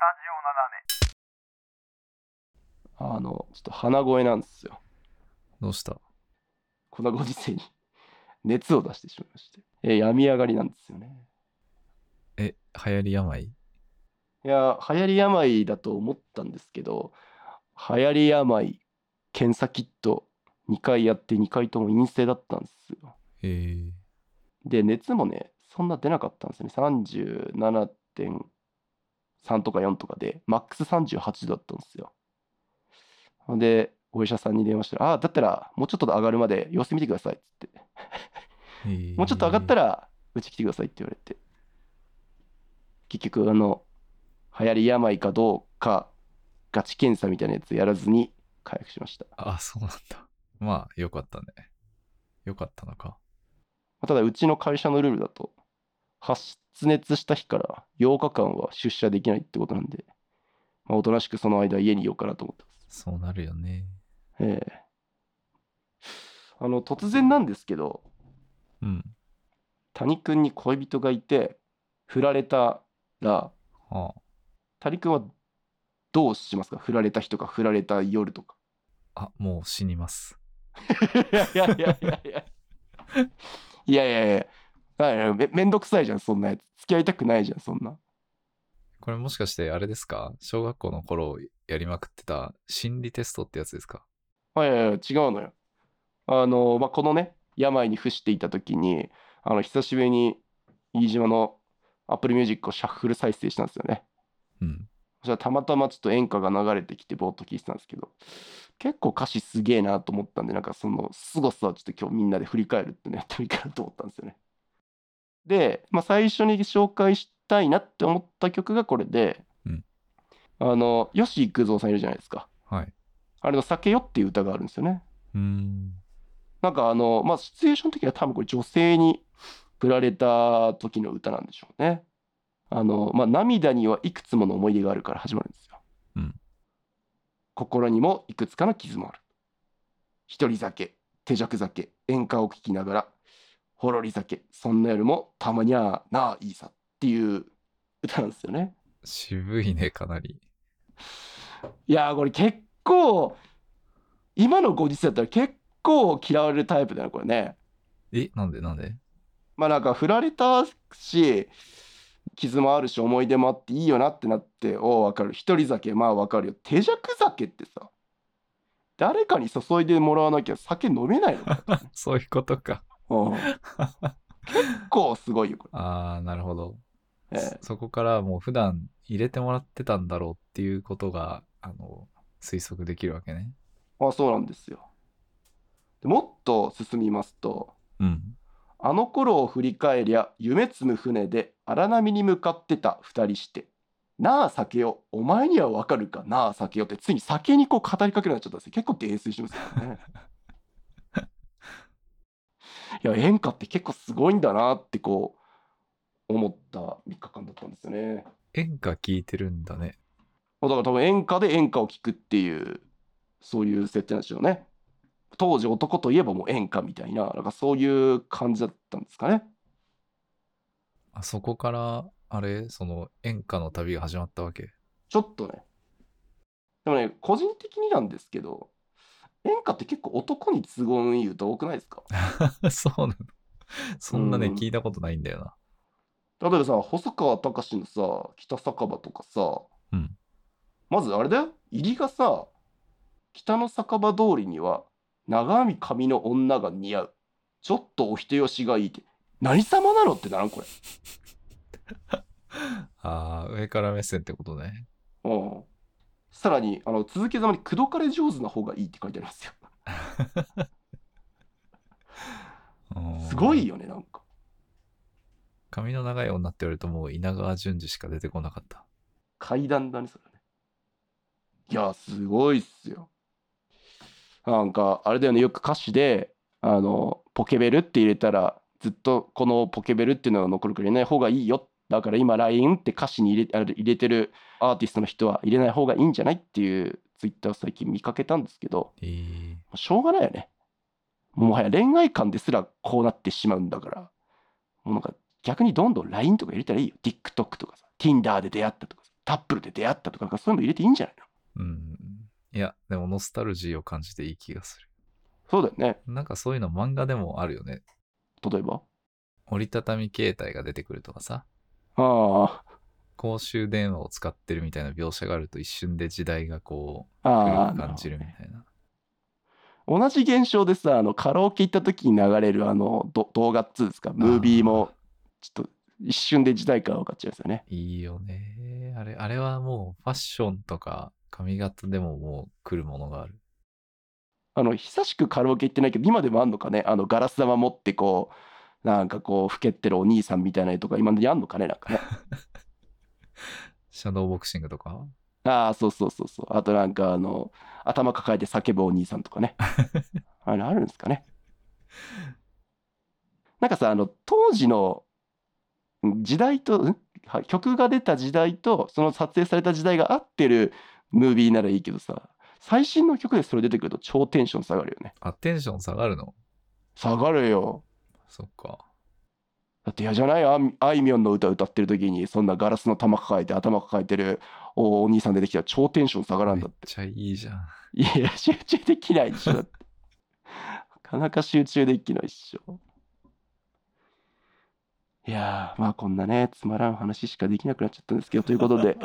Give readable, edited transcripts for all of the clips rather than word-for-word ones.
ちょっと鼻声なんですよ。 どうした？ このご時世に熱を出してしまいまして。病み上がりなんですよね。 流行り病？ いや、流行り病だと思ったんですけど、流行り病検査キット2回やって2回とも陰性だったんですよ。で、熱もね、そんな出なかったんですよね。37.3とか4とかで、マックス38度だったんですよ。で、お医者さんに電話したら、だったらもうちょっと上がるまで様子見てくださいっつって。もうちょっと上がったら、うち来てくださいって言われて。結局、流行り病かどうか、ガチ検査みたいなやつやらずに回復しました。 あ、そうなんだ。まあ、よかったね。よかったのか。 ただ、うちの会社のルールだと、発熱した日から8日間は出社できないってことなんで、おとなしくその間家にいようかなと思ってます。 そうなるよね。 突然なんですけど、 うん。 谷くんに恋人がいて、振られたら、谷くんはどうしますか？振られた日とか、振られた夜とか。 もう死にます。 いやいやいやいやいや。いやいやいや。めんどくさいじゃん、そんなやつ。付き合いたくないじゃん、そんな。 これもしかしてあれですか？小学校の頃やりまくってた心理テストってやつですか？ いやいや、違うのよ。このね、病に伏していた時に、久しぶりに飯島の Apple Music をシャッフル再生したんですよね。 うん。 そしたらたまたまちょっと演歌が流れてきてぼーっと聞いてたんですけど、結構歌詞すげえなと思ったんで、なんかその凄さをちょっと今日みんなで振り返るってのやってもいいかなと思ったんですよね。で、最初に紹介したいなって思った曲がこれで、 うん。 吉幾三さんいるじゃないですか。 はい。 あれの酒よっていう歌があるんですよね。なんかシチュエーション的には多分これ女性に振られた時の歌なんでしょうね。涙にはいくつもの思い出があるから始まるんですよ。 うん。 心にもいくつかの傷もある。一人酒、手酌酒、演歌を聴きながら、ほろり酒、そんな夜もたまにはなあいいさっていう歌なんですよね。 渋いね、かなり。 いやーこれ結構、今のご時世だったら結構嫌われるタイプだよね、これね。 なんで？ なんか振られたし、傷もあるし、思い出もあっていいよなってなって、わかる。一人酒、わかるよ。手酌酒ってさ、誰かに注いでもらわなきゃ酒飲めないのかよ、ね。 そういうことか。 結構すごいよ、こなるほど。 れ。 そこからもう普段入れてもらってたんだろうっていうことが、推測できるわけね。 そうなんですよ。でもっと進みますと、 うん。 あの頃を振り返りゃ、夢積む船で荒波に向かってた二人して、なあ酒よ、お前にはわかるかなあ酒よって、ついに酒にこう語りかけるようになっちゃったんですよ。結構泥酔してますよね。いや、演歌って結構すごいんだなってこう、思った3日間だったんですよね。 演歌聞いてるんだね。 だから多分演歌で演歌を聴くっていう、そういう設定なんでしょうね。当時男といえばもう演歌みたいな、なんかそういう感じだったんですかね。 そこから、その演歌の旅が始まったわけ。 ちょっとね。でもね、個人的になんですけど、演歌って結構男に都合のいい歌多くないですか？ そうなの？そんなね、 うん。 聞いたことないんだよな。 例えばさ、細川たかしのさ、北酒場とかさ、 うん。 まずあれだよ。入りがさ、北の酒場通りには、長編み髪の女が似合う。ちょっとお人よしがいいって。何様なのってならんこれ。 上から目線ってことね。 うん。さらに、続けざまに口説かれ上手な方がいいって書いてありますよ。すごいよね、なんか。 髪の長い女って言われるともう稲川淳二しか出てこなかった。 階段だね、それね。いや、すごいっすよ。なんか、あれだよね、よく歌詞で、ポケベルって入れたら、ずっとこのポケベルっていうのが残るから入れない方がいいよ。だから今 LINE って歌詞に入れてるアーティストの人は入れない方がいいんじゃないっていうツイッターを最近見かけたんですけど、しょうがないよね。もはや恋愛観ですらこうなってしまうんだから、もうなんか逆にどんどん LINE とか入れたらいいよ。TikTok とかさ、Tinder で出会ったとかさ。 タップルで出会ったとか、なんかそういうの入れていいんじゃないの？ いや、でもノスタルジーを感じていい気がする。 そうだよね。 なんかそういうの漫画でもあるよね。 例えば。 折りたたみ携帯が出てくるとかさ、 あ公衆電話を使ってるみたいな描写があると一瞬で時代がこうあ、 古ああ、 く感じるみね。 たいな。 同じ現象でさ、カラオケ行った時に流れる動画っつうんですか、ムービーも、ちょっと一瞬で時代感分かっちゃうんですよね。 いいよね。あれはもうファッションとか髪型でももう来るものがある。 久しくカラオケ行ってないけど、今でもあんのかね、ガラス玉持ってこう、なんかこう、老けてるお兄さんみたいな絵とか、今でやんのかね、なんかね。 シャドーボクシングとか。 ああ、そうそうそうそう。あとなんか、頭抱えて叫ぶお兄さんとかね。あれあるんですかね。なんかさ、当時の時代と、はい曲が出た時代と、その撮影された時代が合ってるムービーならいいけどさ、最新の曲でそれ出てくると超テンション下がるよね。 あ、テンション下がるの？ 下がるよ。 そっか。 だって嫌じゃない？あいみょんの歌歌ってる時に、そんなガラスの玉抱えて、頭抱えてるお兄さん出てきたら超テンション下がらんめっだって。 ちゃいいじゃん。 いや、集中できないでしょ。だって。なかなか集中できないっしょ。いやー、まあこんなね、つまらん話しかできなくなっちゃったんですけど、ということで、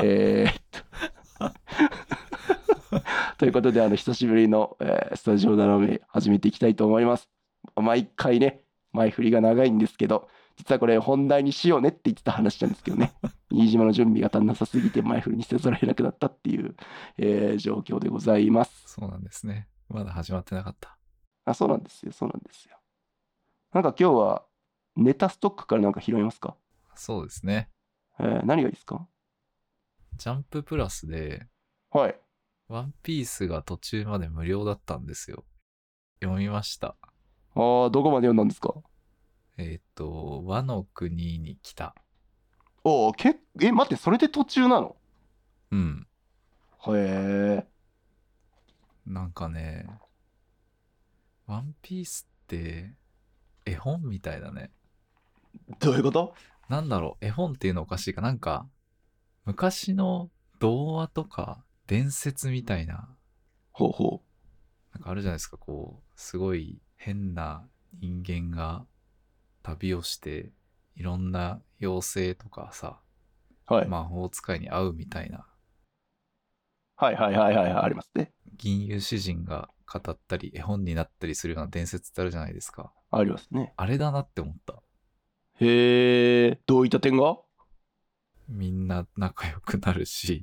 ということで、久しぶりの、スタジオ斜め始めていきたいと思います。毎回ね、前振りが長いんですけど、実はこれ本題にしようねって言ってた話なんですけどね、新島の準備が足んなさすぎて前振りにせざるを得なくなったっていう、状況でございます。 そうなんですね。まだ始まってなかった。 あ、そうなんですよ、そうなんですよ。なんか今日はネタストックからなんか拾いますか？ そうですね。 何がいいですか？ ジャンププラスで、 はい。 ワンピースが途中まで無料だったんですよ。読みました。 どこまで読んだんですか？ 和の国に来た。 待って、それで途中なの？ うん。 へえ。 なんかね、ワンピースって絵本みたいだね。 どういうこと？ なんだろう、絵本っていうのおかしいか。なんか、昔の童話とか伝説みたいな、 ほうほなんかあるじゃないですか、こう、すごい変な人間が旅をして、いろんな妖精とかさ、 う。はい。 魔法使いに会うみたいな、 はいはいはいはいはい、ありますね。 銀融詩人が語ったり、絵本になったりするような伝説ってあるじゃないですか。 ありますね。 あれだなって思った。 へえ、どういった点が？ みんな仲良くなるし、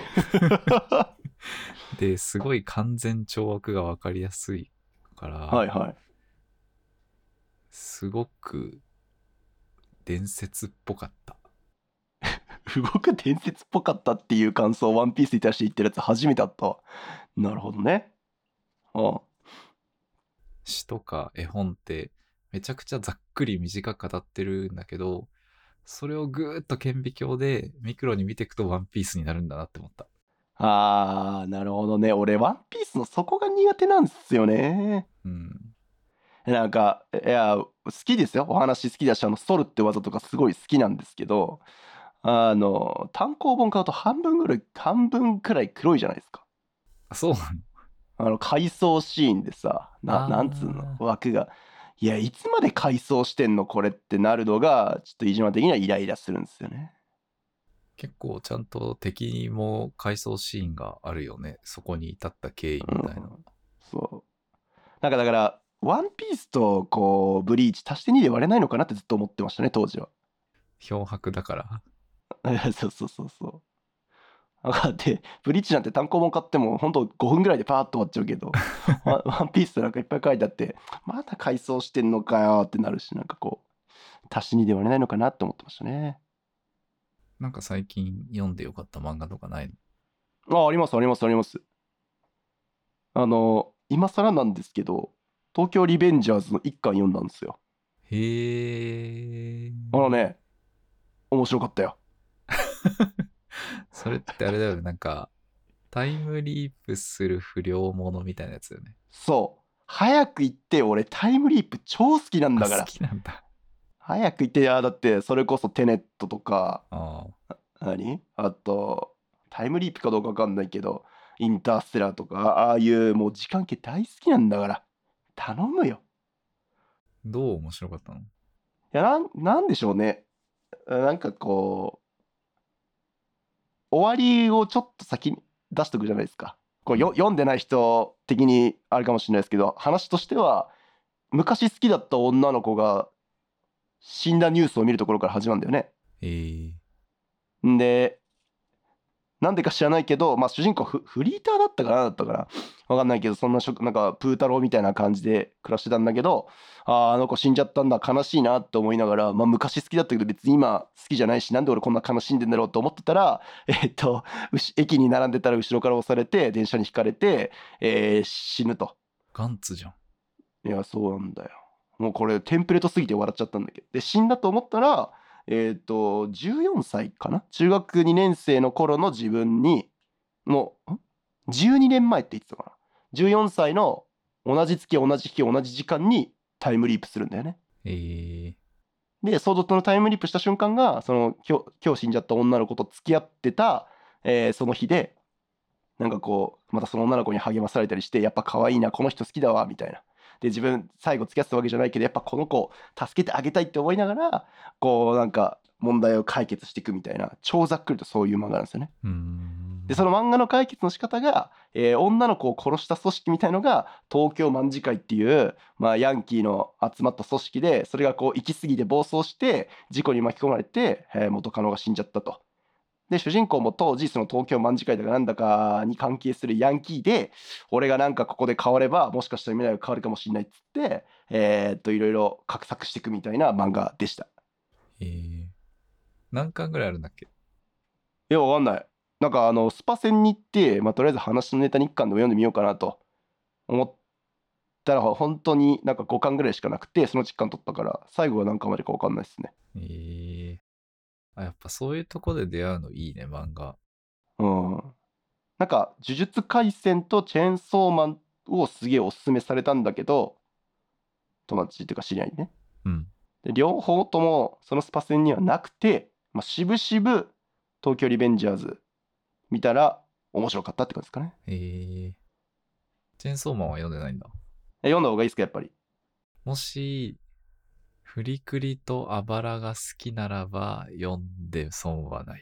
で、すごい完全懲悪がわかりやすいから、 はいはい。 すごく伝説っぽかった。 すごく伝説っぽかったっていう感想をワンピースに対して言ってるやつ初めてあったわ。なるほどね。あ詩とか絵本ってめちゃくちゃざっくり短く語ってるんだけど、それをぐーっと顕微鏡でミクロに見ていくとワンピースになるんだなって思った。 なるほどね。俺、ワンピースのそこが苦手なんですよね。 うん。 なんか、いや、好きですよ。お話好きだし、ソルって技とかすごい好きなんですけど、単行本買うと半分くらい黒いじゃないですか。 あ、そうな回想シーンでさ、 の？ なんつうの、枠が、いや、いつまで回想してんのこれってなるのが、ちょっと飯島的にはイライラするんですよね。 結構ちゃんと敵にも回想シーンがあるよね。そこに至った経緯みたいな。 そう。なんかだから、ワンピースとこう、ブリーチ足して2で割れないのかなってずっと思ってましたね、当時は。 漂白だから。 そうそうそうそう。で、ブリーチなんて単行本買っても、ほんと5分ぐらいでパーッと終わっちゃうけど、ワンピースなんかいっぱい書いてあって、まだ回想してんのかよってなるし、なんかこう、足し2で割れないのかなって思ってましたね。 なんか最近読んでよかった漫画とかないの？ ありますありますあります。今更なんですけど、東京リベンジャーズの一巻読んだんですよ。 へー。 面白かったよ。 それってあれだよね。なんか、タイムリープする不良者みたいなやつだよね。 そう。早く行って俺タイムリープ超好きなんだか好ら。 きなんだ。 早く行って、だってそれこそテネットとか、 ああ。 あと、 タイムリープかどうか分かんないけど、インターステラーとか、ああいうもう時間系大好きなんだから、頼むよ。 どう面白かったの？ いや、なんでしょうね。なんかこう、終わりをちょっと先に出しとくじゃないですか。こう読んでない人的にあれかもしれないですけど、話としては、昔好きだった女の子が死んだニュースを見るところから始まるんだよね。んで、なんでか知らないけど、まあ、主人公フリーターだったかなだったかなわかんないけど、そんななんかプー太郎みたいな感じで暮らしてたんだけど、あの子死んじゃったんだ、悲しいなって思いながら、まあ、昔好きだったけど別に今好きじゃないし、なんで俺こんな悲しんでんだろうと思ってたら、駅に並んでたら後ろから押されて電車にひかれて、死ぬと。 ガンツじゃん。 いや、そうなんだよ。もうこれテンプレートすぎて笑っちゃったんだけど。で、死んだと思ったら、14歳かな、中学2年生の頃の自分に、12年前って言ってたかな。14歳の同じ月、同じ日、同じ時間にタイムリープするんだよね。で、そのタイムリープした瞬間が、その今日死んじゃった女の子と付き合ってた、その日で、なんかこう、またその女の子に励まされたりして、やっぱ可愛いな、この人好きだわ、みたいな。で、自分最後付き合ってたわけじゃないけど、やっぱこの子助けてあげたいって思いながら、こうなんか問題を解決していくみたいな、超ざっくりとそういう漫画なんですよね。で、その漫画の解決の仕方が、女の子を殺した組織みたいのが東京卍会っていう、まあ、ヤンキーの集まった組織で、それがこう行き過ぎて暴走して事故に巻き込まれて、元カノが死んじゃったと。で、主人公も当時その東京卍会だかなんだかに関係するヤンキーで、俺がなんかここで変わればもしかしたら未来が変わるかもしれないっつって、いろいろ画策していくみたいな漫画でした。 何巻ぐらいあるんだっけ？ いや、わかんない。なんかスパ戦に行って、まあ、とりあえず話のネタに1巻でも読んでみようかなと思ったら、本当になんか5巻ぐらいしかなくて、そのうち1巻取ったから、最後は何巻までかわかんないですね。 やっぱそういうとこで出会うのいいね、漫画。 なんか呪術廻戦とチェーンソーマンをすげえおすすめされたんだけど、友達っていうか知り合いにね。で両方ともそのスパ戦にはなくて、まあ、渋々東京リベンジャーズ見たら面白かったって感じですかね。 チェーンソーマンは読んでないんだ。 読んだ方がいいですか、やっぱり。 もしフリクリとアバラが好きならば読んで損はない。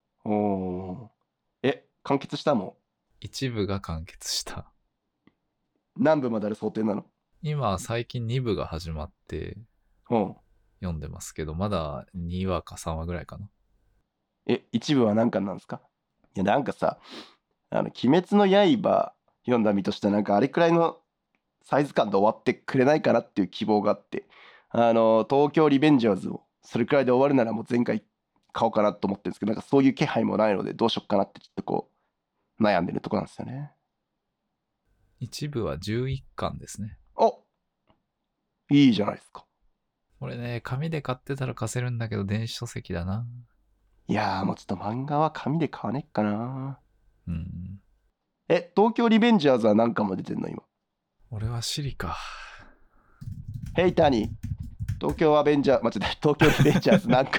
完結したもん。 一部が完結した。 何部まである想定なの？ 今最近2部が始まって読んでますけど、まだ2話か3話ぐらいかな。 一部は何巻なんですか？いや、なんかさ、鬼滅の刃読んだ身としては、なんかあれくらいのサイズ感で終わってくれないかなっていう希望があって、東京リベンジャーズをそれくらいで終わるならもう前回買おうかなと思ってるんですけど、なんかそういう気配もないのでどうしよっかなってちょっとこう悩んでるとこなんですよね。 一部は11巻ですね。 いいじゃないですか。 これね、紙で買ってたら貸せるんだけど電子書籍だな。 いやー、もうちょっと漫画は紙で買わねっかな。東京リベンジャーズは何巻も出てんの今？ 俺はシリか。 ヘイタニー、東京リベンジャーズなんか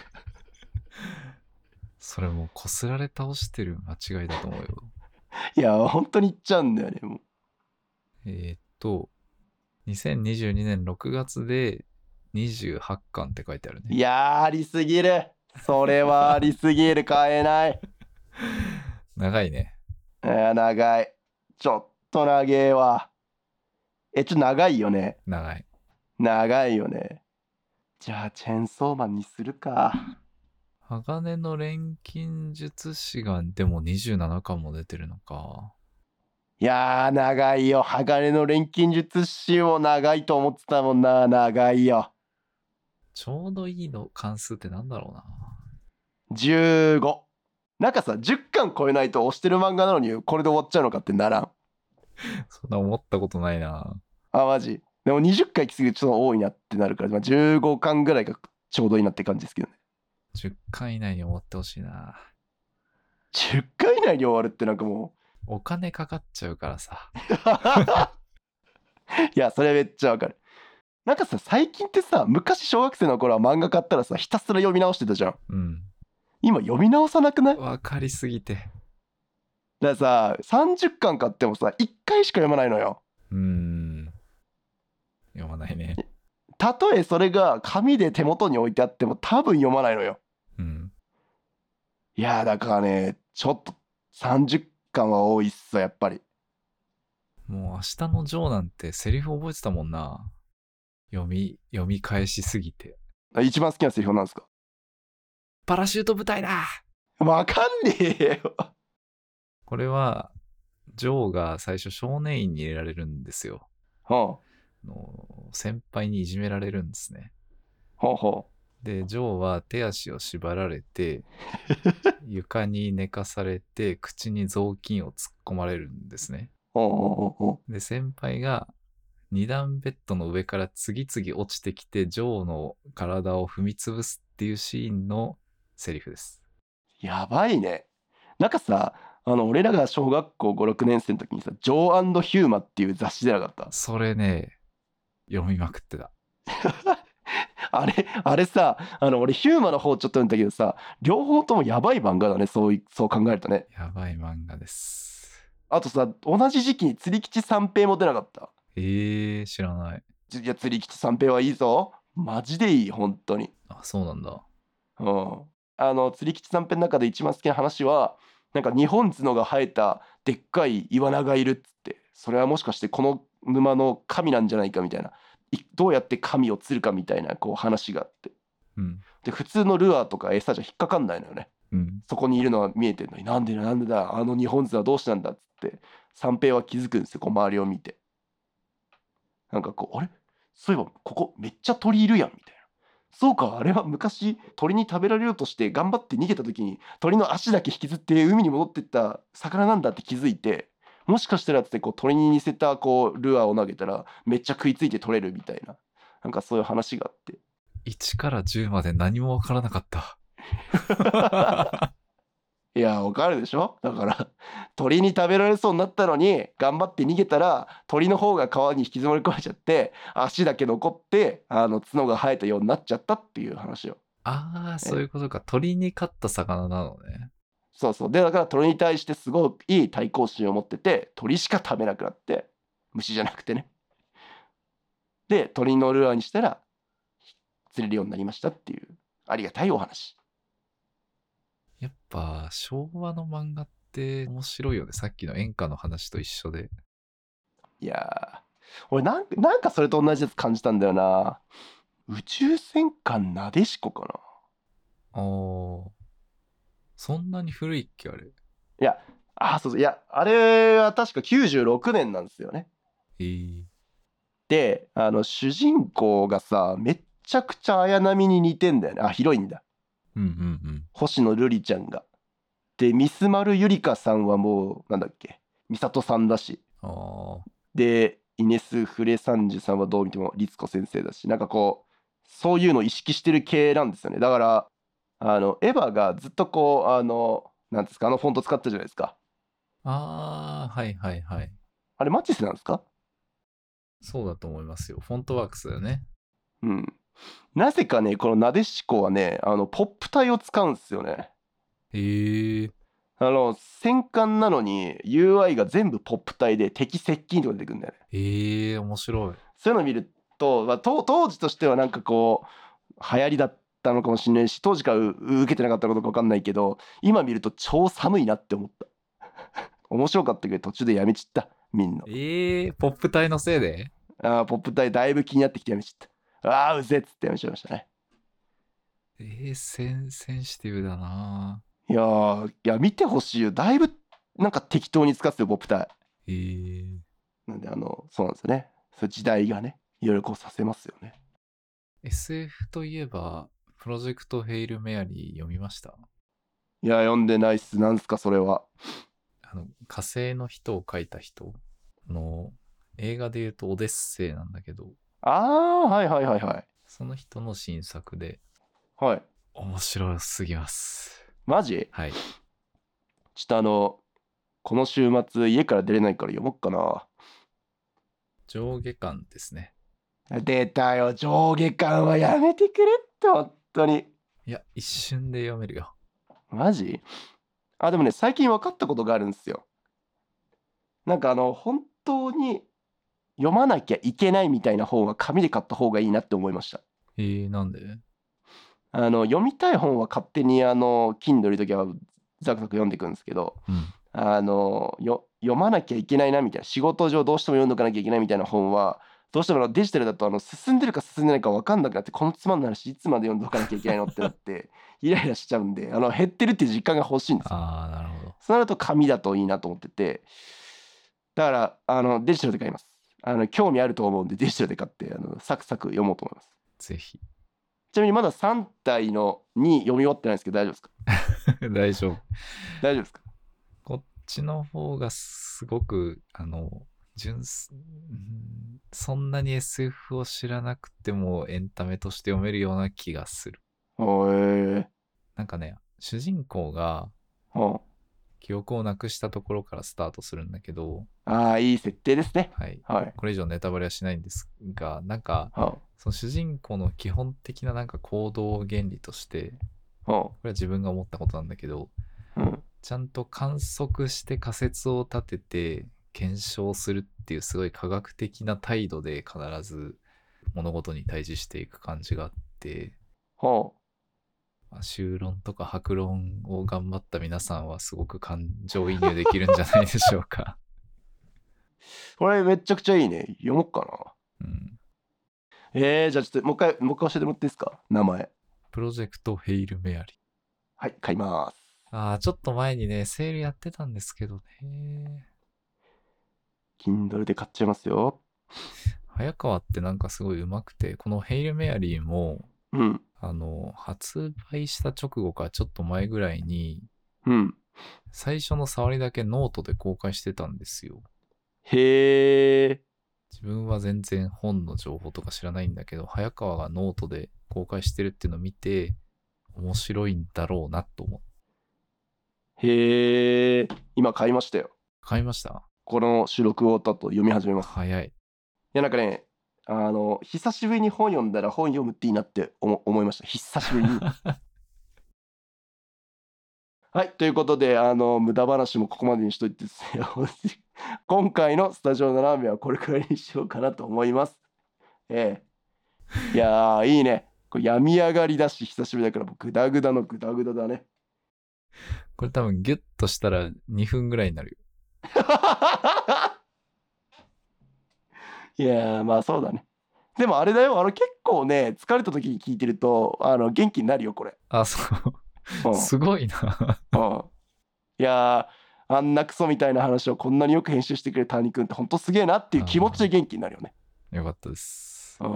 それもうこすられ倒してる間違いだと思うよ。 いや本当に言っちゃうんだよね。もう 2022年6月で28巻って書いてあるね。 いやー、ありすぎる。それはありすぎる。買えない。 長いね。 長い。ちょっと長えわ。ちょっと長いよね。長いよね。じゃあチェーンソーマンにするか。 鋼の錬金術師がでも27巻も出てるのか。 いやー、長いよ。鋼の錬金術師も長いと思ってたもんな。長いよ。 ちょうどいいの関数ってなんだろうな。 15。なんかさ、10巻超えないと押してる漫画なのにこれで終わっちゃうのかってならん？ そんな思ったことないな。 マジ。でも20巻行き過ぎるとちょっと多いなってなるから、15巻ぐらいがちょうどいいなって感じですけどね。 10巻以内に終わってほしいな。 10巻以内に終わるってなんかもうお金かかっちゃうからさいや、それめっちゃわかる。なんかさ、最近ってさ、昔小学生の頃は漫画買ったらさ、ひたすら読み直してたじゃん。今読み直さなくない？ わかりすぎて。 らさ30巻買ってもさ1回しか読まないのよ。 読まないね。 たとえそれが紙で手元に置いてあっても多分読まないのよ。いやだからねちょっと30巻は多いっすやっぱり。 もう明日のジョーなんてセリフ覚えてたもんな。読み返しすぎて。 一番好きなセリフなんですか？ パラシュート部隊だ。 わかんねえよ。 これは、ジョーが最初少年院に入れられるんですよ。 ほ先輩にいじめられるんですね。 うほで、ジョーは手足を縛られて、床に寝かされて、口に雑巾を突っ込まれるんですね。 ほで、先輩が二段ベッドの上から次々落ちてきて、ジョーの体を踏み潰すっていうシーンのセリフです。 やばいね。なんかさ俺らが小学校5、6年生の時にさジョー&ヒューマっていう雑誌出なかった？ それね、読みまくってた。 あれさ俺ヒューマの方ちょっと読んだけどさ両方ともやばい漫画だね。そう考えるとね。 やばい漫画です。 あとさ同じ時期に釣り吉三平も出なかった？ 知らない。 いや釣り吉三平はいいぞマジでいい本当に。 あ、そうなんだ。 釣り吉三平の中で一番好きな話はなんか2本角が生えたでっかいイワナがいるっつって、それはもしかしてこの沼の神なんじゃないかみたいな、どうやって神を釣るかみたいなこう話があって、で普通のルアーとか餌じゃ引っかかんないのよね。そこにいるのは見えてるのになんでだ2本角はどうしたんだっつって三平は気づくんですよ。こう周りを見てなんかこうあれそういえばここめっちゃ鳥いるやんみたいな。そうかあれは昔鳥に食べられようとして頑張って逃げた時に鳥の足だけ引きずって海に戻ってった魚なんだって気づいて、もしかしたらってこう鳥に似せたこうルアーを投げたらめっちゃ食いついて取れるみたいな、なんかそういう話があって 1から10まで何もわからなかった。 いやわかるでしょ。だから鳥に食べられそうになったのに頑張って逃げたら鳥の方が川に引きずり込まれちゃって足だけ残って角が生えたようになっちゃったっていう話を。 ああ、そういうことか。鳥に勝った魚なのね。 そうそう。でだから鳥に対してすごいいい対抗心を持ってて鳥しか食べなくなって、虫じゃなくてね。で鳥のルアーにしたら釣れるようになりましたっていうありがたいお話。 やっぱ昭和の漫画って面白いよね。さっきの演歌の話と一緒で。 いや俺なんかそれと同じやつ感じたんだよな。宇宙戦艦なでしこかな。 ああ、そんなに古いっけあれ。 いやそういやあれは確か96年なんですよね。で主人公がさめっちゃくちゃ綾波に似てんだよね。ヒロインだ。星野瑠璃ちゃんが。でミスマルゆりかさんはもうなんだっけ美里さんだし、でイネス・フレサンジュさんはどう見ても律子先生だし、なんかこうそういうのを意識してる系なんですよね。だからエヴァがずっとこうなんですかフォント使ったじゃないですか。 はいはいはい。 あれマチスなんですか？ そうだと思いますよ。フォントワークスだよね。 なぜかねこのなでしこはねポップ体を使うんですよね。戦艦なのに UI が全部ポップ体で敵接近とか出てくるんだよね。 面白い。 そういうのを見ると、当時としてはなんかこう流行りだったのかもしれないし、当時から受けてなかったことか分かんないけど今見ると超寒いなって思った。面白かったけど途中でやめちったみんな。 ポップ体のせいでポップ体だいぶ気になってきてやめちった。うぜっつってやめちゃいましたね。 センシティブだな。 いや見てほしいよ。だいぶなんか適当に使ってたよポップ体。なんでそうなんですよね。そういう時代がねいろいろこうさせますよね。 SF といえばプロジェクトヘイルメアリー読みました？ いや読んでないっす。なんすかそれは。 火星の人を描いた人の映画で言うとオデッセイなんだけど、 はいはいはいはい。 その人の新作で、 はい。 面白すぎます。 マジ？ はい。 ちょっとこの週末家から出れないから読もっかな。 上下巻ですね。 出たよ上下巻はやめてくれって本当に。 いや一瞬で読めるよ。 マジ？でもね最近分かったことがあるんですよ。 なんか本当に読まなきゃいけないみたいな本は紙で買った方がいいなって思いました。 なんで？ 読みたい本は勝手にKindle の時はザクザク読んでいくんですけど、 うん。 読まなきゃいけないなみたいな、仕事上どうしても読んどかなきゃいけないみたいな本は、どうしてもデジタルだと進んでるか進んでないか分かんなくなって、このつまんない話いつまで読んどかなきゃいけないのってなってイライラしちゃうんで、減ってるっていう実感が欲しいんですよ。 ああ、なるほど。 そうなると紙だといいなと思ってて、だからデジタルで買います。興味あると思うんでデジタルで買ってサクサク読もうと思います。 ぜひ。 ちなみにまだ3体のに読み終わってないんですけど大丈夫ですか？ 大丈夫。 大丈夫ですか？ こっちの方がすごく、そんなに SF を知らなくてもエンタメとして読めるような気がする。 へえ。 なんかね、主人公がは記憶をなくしたところからスタートするんだけど、 ああ、いい設定ですね。 はい。 はい。 これ以上ネタバレはしないんですが、なんか、 はその主人公の基本的ななんか行動原理として、 あ、はこれは自分が思ったことなんだけど、 あ、うん。 ちゃんと観測して仮説を立てて検証するっていうすごい科学的な態度で必ず物事に対峙していく感じがあって、 はあ。 まあ、修論とか白論を頑張った皆さんはすごく感情移入できるんじゃないでしょうか。 これめちゃくちゃいいね。読もうかうん、 な。じゃあちょっともう一回教えてもらっていいですか？名前。 プロジェクトヘイルメアリー。 はい、買います。 ちょっと前にね、セールやってたんですけどね。 Kindle で買っちゃいますよ。 早川ってなんかすごい上手くて、このヘイルメアリーも、 うん、 発売した直後かちょっと前ぐらいに、 うん。 最初の触りだけノートで公開してたんですよ。 へえ。 自分は全然本の情報とか知らないんだけど、早川がノートで公開してるっていうのを見て、面白いんだろうなと思って。 へえ。今買いましたよ。 買いました？ この収録終わった後読み始めます。 早い。 いやなんかね、久しぶりに本読んだら本読むっていいなって思いました。久しぶりに。はい、ということで、無駄話もここまでにしといてですね、今回のスタジオのラーメンはこれくらいにしようかなと思います。いやー、いいね。これ病み上がりだし、久しぶりだから、グダグダのグダグダだね。 これ多分ギュッとしたら2分ぐらいになるよ。 いやー、まあそうだね。でもあれだよ、結構ね、疲れた時に聞いてると、元気になるよ、これ。 そう。 うん。 すごいな。 うん。いやー、あんなクソみたいな話をこんなによく編集してくれる谷君ってほんとすげえなっていう気持ちで元気になるよね。 よかったです。 うん。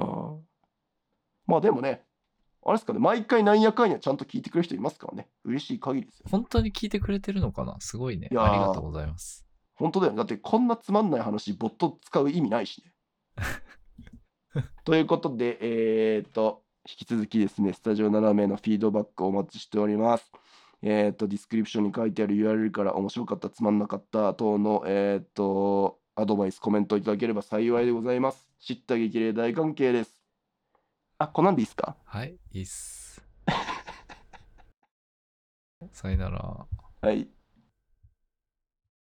まあでもね、あれですかね、毎回なんやかんやちゃんと聞いてくれる人いますからね。嬉しい限りですよ。 本当に聞いてくれてるのかな？すごいね。 いやありがとうー、 ございます。 本当だよね。だってこんなつまんない話、ボット使う意味ないしね。ということで、引き続きですね、スタジオ斜めのフィードバックをお待ちしております。ディスクリプションに書いてある URL から面白かった、つまんなかった等の、アドバイス、コメントいただければ幸いでございます。知った激励大関係です。あ、こんなんでいいっすか？ はい、いいっす。さよなら。 はい。